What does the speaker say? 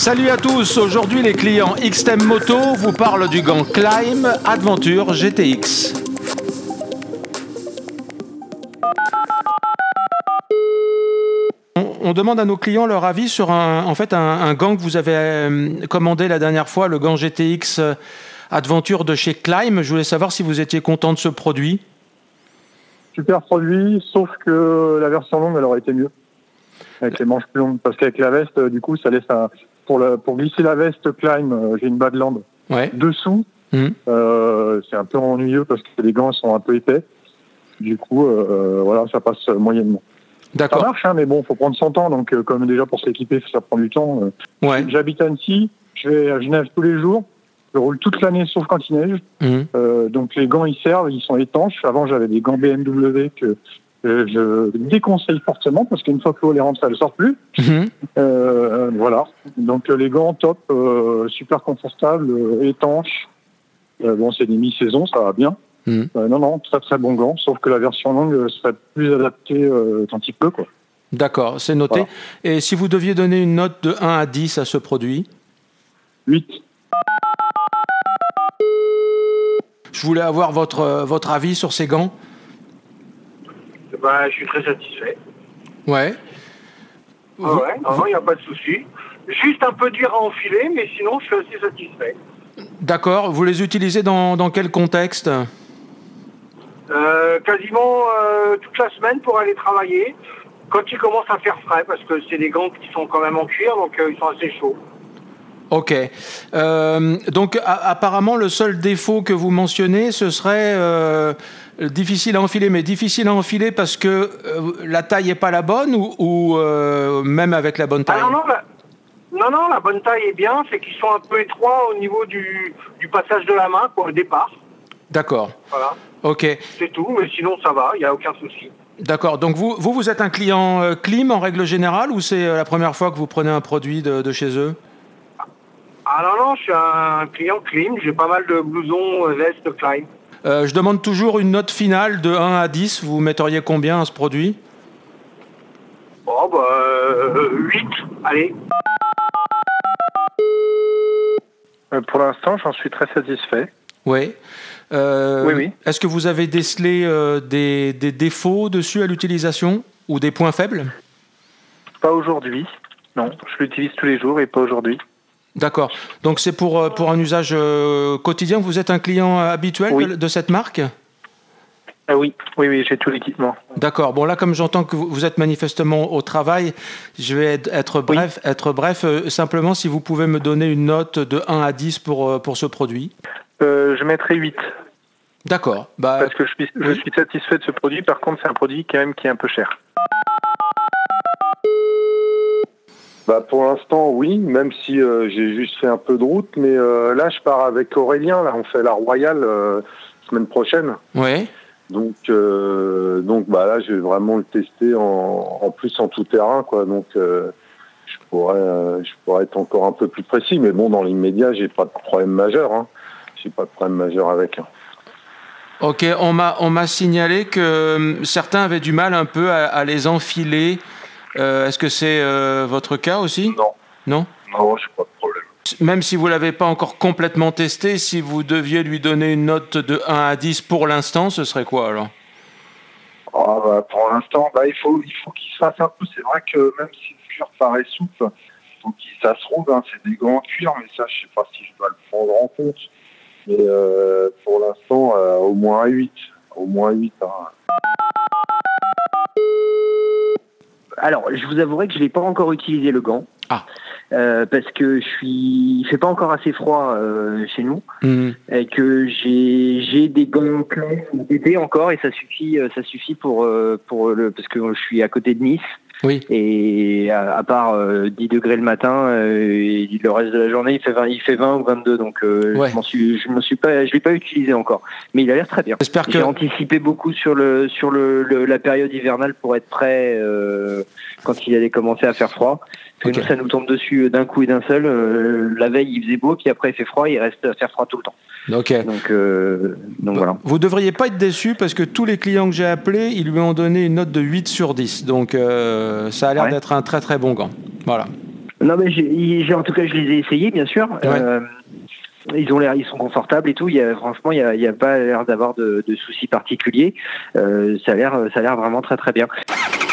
Salut à tous, aujourd'hui les clients XTEM Moto vous parlent du gant Climb Adventure GTX. On demande à nos clients leur avis sur un gant que vous avez commandé la dernière fois, le gant GTX Adventure de chez Climb. Je voulais savoir si vous étiez content de ce produit. Super produit, sauf que la version longue, elle aurait été mieux. Avec les manches plus longues. Parce qu'avec la veste, du coup, ça laisse pour glisser la veste Climb, j'ai une Badland dessous. C'est un peu ennuyeux parce que les gants sont un peu épais. Du coup, voilà, ça passe moyennement. D'accord. Ça marche, mais bon, faut prendre son temps. Donc, comme déjà pour s'équiper, ça prend du temps. J'habite à Annecy, je vais à Genève tous les jours. Je roule toute l'année sauf quand il neige. Donc les gants ils servent, ils sont étanches. Avant j'avais des gants BMW que je déconseille fortement parce qu'une fois que l'eau les rentre, ça ne sort plus. Voilà. Donc les gants top, super confortables, étanches. Bon, c'est des mi-saison, ça va bien. Non, très très bon gant, sauf que la version longue serait plus adaptée quand il pleut, quoi. D'accord, c'est noté. Voilà. Et si vous deviez donner une note de 1 à 10 à ce produit? 8. Je voulais avoir votre avis sur ces gants. Je suis très satisfait. Ouais. Non, il n'y a pas de souci. Juste un peu dur à enfiler, mais sinon, je suis assez satisfait. D'accord. Vous les utilisez dans quel contexte? Quasiment toute la semaine pour aller travailler. Quand il commence à faire frais, parce que c'est des gants qui sont quand même en cuir, donc ils sont assez chauds. Ok. Donc apparemment le seul défaut que vous mentionnez, ce serait difficile à enfiler, mais difficile à enfiler parce que la taille n'est pas la bonne ou même avec la bonne taille? Non, la bonne taille est bien, c'est qu'ils sont un peu étroits au niveau du passage de la main pour le départ. D'accord. Voilà. Ok. C'est tout, mais sinon ça va, il n'y a aucun souci. D'accord. Donc vous êtes un client Clim en règle générale ou c'est la première fois que vous prenez un produit de chez eux? Ah non, je suis un client Clim, j'ai pas mal de blousons, vestes Climb. Je demande toujours une note finale de 1 à 10, vous metteriez combien à ce produit? 8, allez. Pour l'instant, j'en suis très satisfait. Oui. Oui. Est-ce que vous avez décelé des défauts dessus à l'utilisation ou des points faibles? Pas aujourd'hui, non. Je l'utilise tous les jours et pas aujourd'hui. D'accord. Donc c'est pour un usage quotidien. Vous êtes un client habituel de cette marque? Oui, j'ai tout l'équipement. D'accord. Bon, là, comme j'entends que vous êtes manifestement au travail, je vais être bref. Simplement, si vous pouvez me donner une note de 1 à 10 pour ce produit. Je mettrai 8. D'accord. Parce que je suis satisfait de ce produit. Par contre, c'est un produit quand même qui est un peu cher. Pour l'instant, oui, même si j'ai juste fait un peu de route. Mais là, je pars avec Aurélien. Là, on fait la Royale semaine prochaine. Oui. Donc là, je vais vraiment le tester en plus en tout terrain, quoi. Donc, je pourrais être encore un peu plus précis. Mais bon, dans l'immédiat, j'ai pas de problème majeur. J'ai pas de problème majeur avec. Ok, on m'a signalé que certains avaient du mal un peu à les enfiler. Est-ce que c'est votre cas aussi? Non, j'ai pas de problème. Même si vous ne l'avez pas encore complètement testé, si vous deviez lui donner une note de 1 à 10 pour l'instant, ce serait quoi alors? Pour l'instant, il faut qu'il se fasse un peu. C'est vrai que même si le cuir paraît souple, il faut qu'il ça se roule. C'est des gants en cuir, mais ça, je sais pas si je dois le prendre en compte. Mais pour l'instant, au moins 8. Au moins 8. Alors, je vous avouerai que je n'ai pas encore utilisé le gant. Parce que il fait pas encore assez froid chez nous. Et que j'ai des gants pleins d'été encore et ça suffit pour parce que je suis à côté de Nice. Oui. Et à part 10 degrés le matin et le reste de la journée il fait 20 ou 22, donc je l'ai pas utilisé encore, mais il a l'air très bien. J'ai anticipé beaucoup sur la période hivernale pour être prêt quand il allait commencer à faire froid. Parce que nous, ça nous tombe dessus d'un coup et d'un seul. La veille il faisait beau, puis après il fait froid, il reste à faire froid tout le temps. Okay. Donc voilà. Vous devriez pas être déçus parce que tous les clients que j'ai appelés, ils lui ont donné une note de 8 sur 10. Donc ça a l'air d'être un très très bon gant. Voilà. Non, mais en tout cas, je les ai essayés, bien sûr. Ouais. Ils sont confortables et tout. Franchement, il y a pas l'air d'avoir de soucis particuliers. Ça a l'air vraiment très très bien.